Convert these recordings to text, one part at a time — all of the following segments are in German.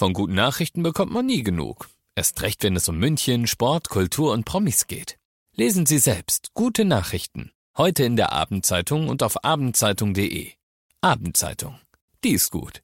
Von guten Nachrichten bekommt man nie genug. Erst recht, wenn es um München, Sport, Kultur und Promis geht. Lesen Sie selbst gute Nachrichten. Heute in der Abendzeitung und auf abendzeitung.de. Abendzeitung. Die ist gut.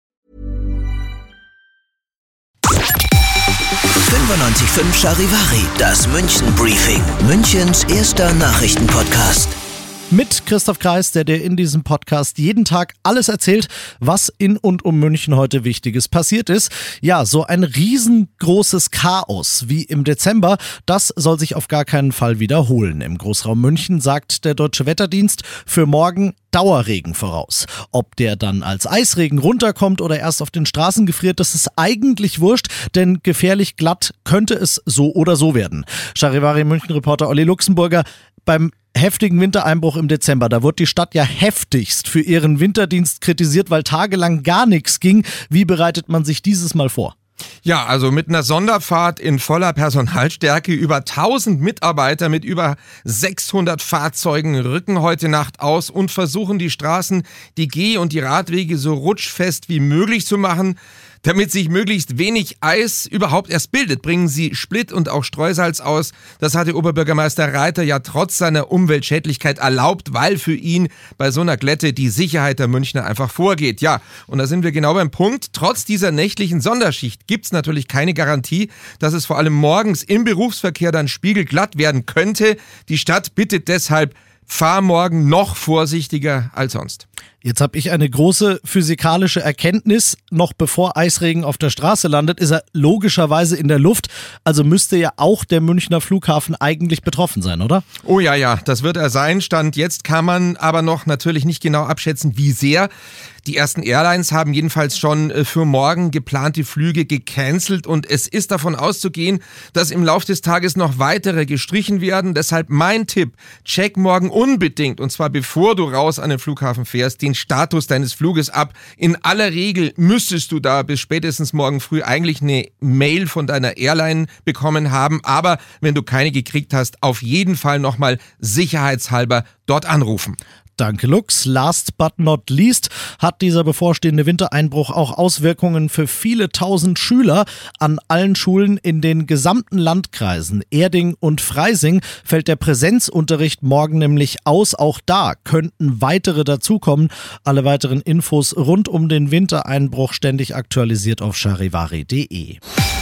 95.5 Charivari, das München Briefing. Münchens erster Nachrichtenpodcast. Mit Christoph Kreis, der dir in diesem Podcast jeden Tag alles erzählt, was in und um München heute Wichtiges passiert ist. Ja, so ein riesengroßes Chaos wie im Dezember, das soll sich auf gar keinen Fall wiederholen. Im Großraum München sagt der Deutsche Wetterdienst für morgen Dauerregen voraus. Ob der dann als Eisregen runterkommt oder erst auf den Straßen gefriert, das ist eigentlich wurscht, denn gefährlich glatt könnte es so oder so werden. Charivari München-Reporter Olli Luxemburger, beim heftigen Wintereinbruch im Dezember, da wurde die Stadt ja heftigst für ihren Winterdienst kritisiert, weil tagelang gar nichts ging. Wie bereitet man sich dieses Mal vor? Ja, also mit einer Sonderfahrt in voller Personalstärke, über 1000 Mitarbeiter mit über 600 Fahrzeugen rücken heute Nacht aus und versuchen die Straßen, die Geh- und die Radwege so rutschfest wie möglich zu machen. Damit sich möglichst wenig Eis überhaupt erst bildet, bringen sie Split und auch Streusalz aus. Das hatte Oberbürgermeister Reiter ja trotz seiner Umweltschädlichkeit erlaubt, weil für ihn bei so einer Glätte die Sicherheit der Münchner einfach vorgeht. Ja, und da sind wir genau beim Punkt. Trotz dieser nächtlichen Sonderschicht gibt's natürlich keine Garantie, dass es vor allem morgens im Berufsverkehr dann spiegelglatt werden könnte. Die Stadt bittet deshalb, fahr morgen noch vorsichtiger als sonst. Jetzt habe ich eine große physikalische Erkenntnis. Noch bevor Eisregen auf der Straße landet, ist er logischerweise in der Luft. Also müsste ja auch der Münchner Flughafen eigentlich betroffen sein, oder? Oh ja, das wird er sein. Stand jetzt kann man aber noch natürlich nicht genau abschätzen, wie sehr. Die ersten Airlines haben jedenfalls schon für morgen geplante Flüge gecancelt und es ist davon auszugehen, dass im Laufe des Tages noch weitere gestrichen werden. Deshalb mein Tipp, check morgen unbedingt, und zwar bevor du raus an den Flughafen fährst, den Status deines Fluges ab. In aller Regel müsstest du da bis spätestens morgen früh eigentlich eine Mail von deiner Airline bekommen haben, aber wenn du keine gekriegt hast, auf jeden Fall nochmal sicherheitshalber dort anrufen. Danke, Lux. Last but not least hat dieser bevorstehende Wintereinbruch auch Auswirkungen für viele tausend Schüler. An allen Schulen in den gesamten Landkreisen Erding und Freising fällt der Präsenzunterricht morgen nämlich aus. Auch da könnten weitere dazukommen. Alle weiteren Infos rund um den Wintereinbruch ständig aktualisiert auf charivari.de.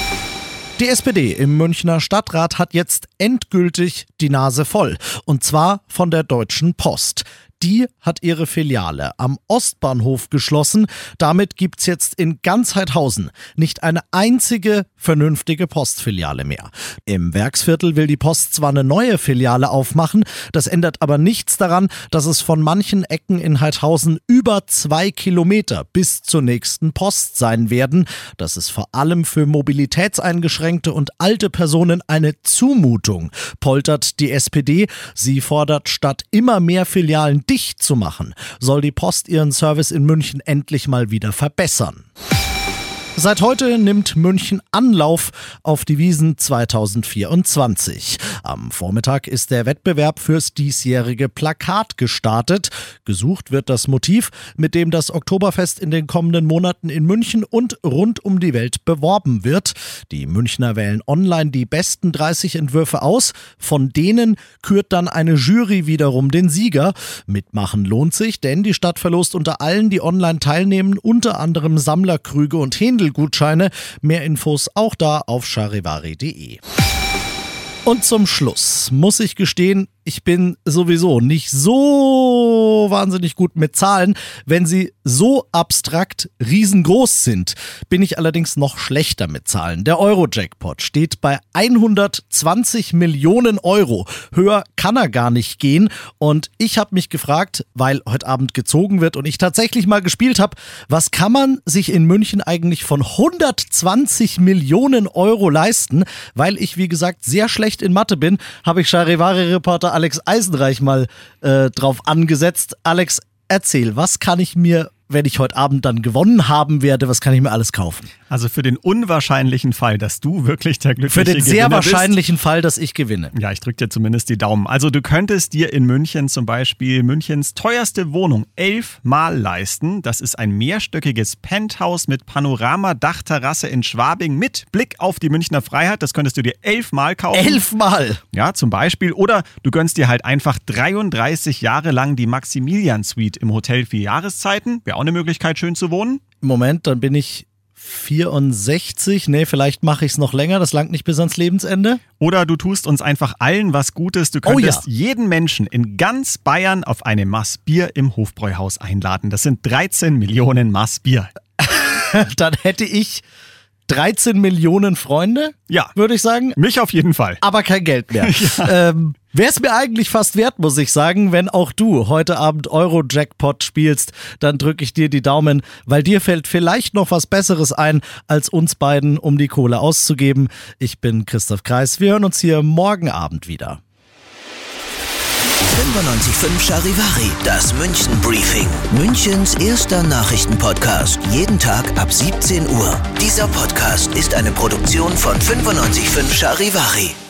Die SPD im Münchner Stadtrat hat jetzt endgültig die Nase voll. Und zwar von der Deutschen Post. Die hat ihre Filiale am Ostbahnhof geschlossen. Damit gibt's jetzt in ganz Heidhausen nicht eine einzige vernünftige Postfiliale mehr. Im Werksviertel will die Post zwar eine neue Filiale aufmachen, das ändert aber nichts daran, dass es von manchen Ecken in Heidhausen über 2 Kilometer bis zur nächsten Post sein werden. Das ist vor allem für mobilitätseingeschränkte und alte Personen eine Zumutung, poltert die SPD. Sie fordert, statt immer mehr Filialen dicht zu machen, soll die Post ihren Service in München endlich mal wieder verbessern. Seit heute nimmt München Anlauf auf die Wiesn 2024. Am Vormittag ist der Wettbewerb fürs diesjährige Plakat gestartet. Gesucht wird das Motiv, mit dem das Oktoberfest in den kommenden Monaten in München und rund um die Welt beworben wird. Die Münchner wählen online die besten 30 Entwürfe aus. Von denen kürt dann eine Jury wiederum den Sieger. Mitmachen lohnt sich, denn die Stadt verlost unter allen, die online teilnehmen, unter anderem Sammlerkrüge und Händel Gutscheine. Mehr Infos auch da auf charivari.de. Und zum Schluss muss ich gestehen, ich bin sowieso nicht so wahnsinnig gut mit Zahlen. Wenn sie so abstrakt riesengroß sind, bin ich allerdings noch schlechter mit Zahlen. Der Euro-Jackpot steht bei 120 Millionen Euro. Höher kann er gar nicht gehen. Und ich habe mich gefragt, weil heute Abend gezogen wird und ich tatsächlich mal gespielt habe, was kann man sich in München eigentlich von 120 Millionen Euro leisten? Weil ich, wie gesagt, sehr schlecht in Mathe bin, habe ich Charivari-Reporter Alex Eisenreich mal drauf angesetzt. Alex, erzähl, was kann ich mir, wenn ich heute Abend dann gewonnen haben werde, was kann ich mir alles kaufen? Also für den unwahrscheinlichen Fall, dass du wirklich der glückliche Für den Gewinner sehr bist. wahrscheinlichen Fall, dass ich gewinne. Ja, ich drücke dir zumindest die Daumen. Also du könntest dir in München zum Beispiel Münchens teuerste Wohnung 11-mal leisten. Das ist ein mehrstöckiges Penthouse mit Panoramadachterrasse in Schwabing mit Blick auf die Münchner Freiheit. Das könntest du dir 11-mal kaufen. 11-mal? Ja, zum Beispiel. Oder du gönnst dir halt einfach 33 Jahre lang die Maximilian Suite im Hotel 4 Jahreszeiten. Wäre auch eine Möglichkeit, schön zu wohnen. Moment, dann bin ich 64. Nee, vielleicht mache ich es noch länger. Das langt nicht bis ans Lebensende. Oder du tust uns einfach allen was Gutes. Du könntest jeden Menschen in ganz Bayern auf eine Maß Bier im Hofbräuhaus einladen. Das sind 13 Millionen Maß Bier. Dann hätte ich 13 Millionen Freunde, Ja. würde ich sagen. Mich auf jeden Fall. Aber kein Geld mehr. Wäre es mir eigentlich fast wert, muss ich sagen, wenn auch du heute Abend Euro-Jackpot spielst, dann drücke ich dir die Daumen, weil dir fällt vielleicht noch was Besseres ein, als uns beiden, um die Kohle auszugeben. Ich bin Christoph Kreis, wir hören uns hier morgen Abend wieder. 95.5 Charivari, das München Briefing. Münchens erster Nachrichtenpodcast. Jeden Tag ab 17 Uhr. Dieser Podcast ist eine Produktion von 95.5 Charivari.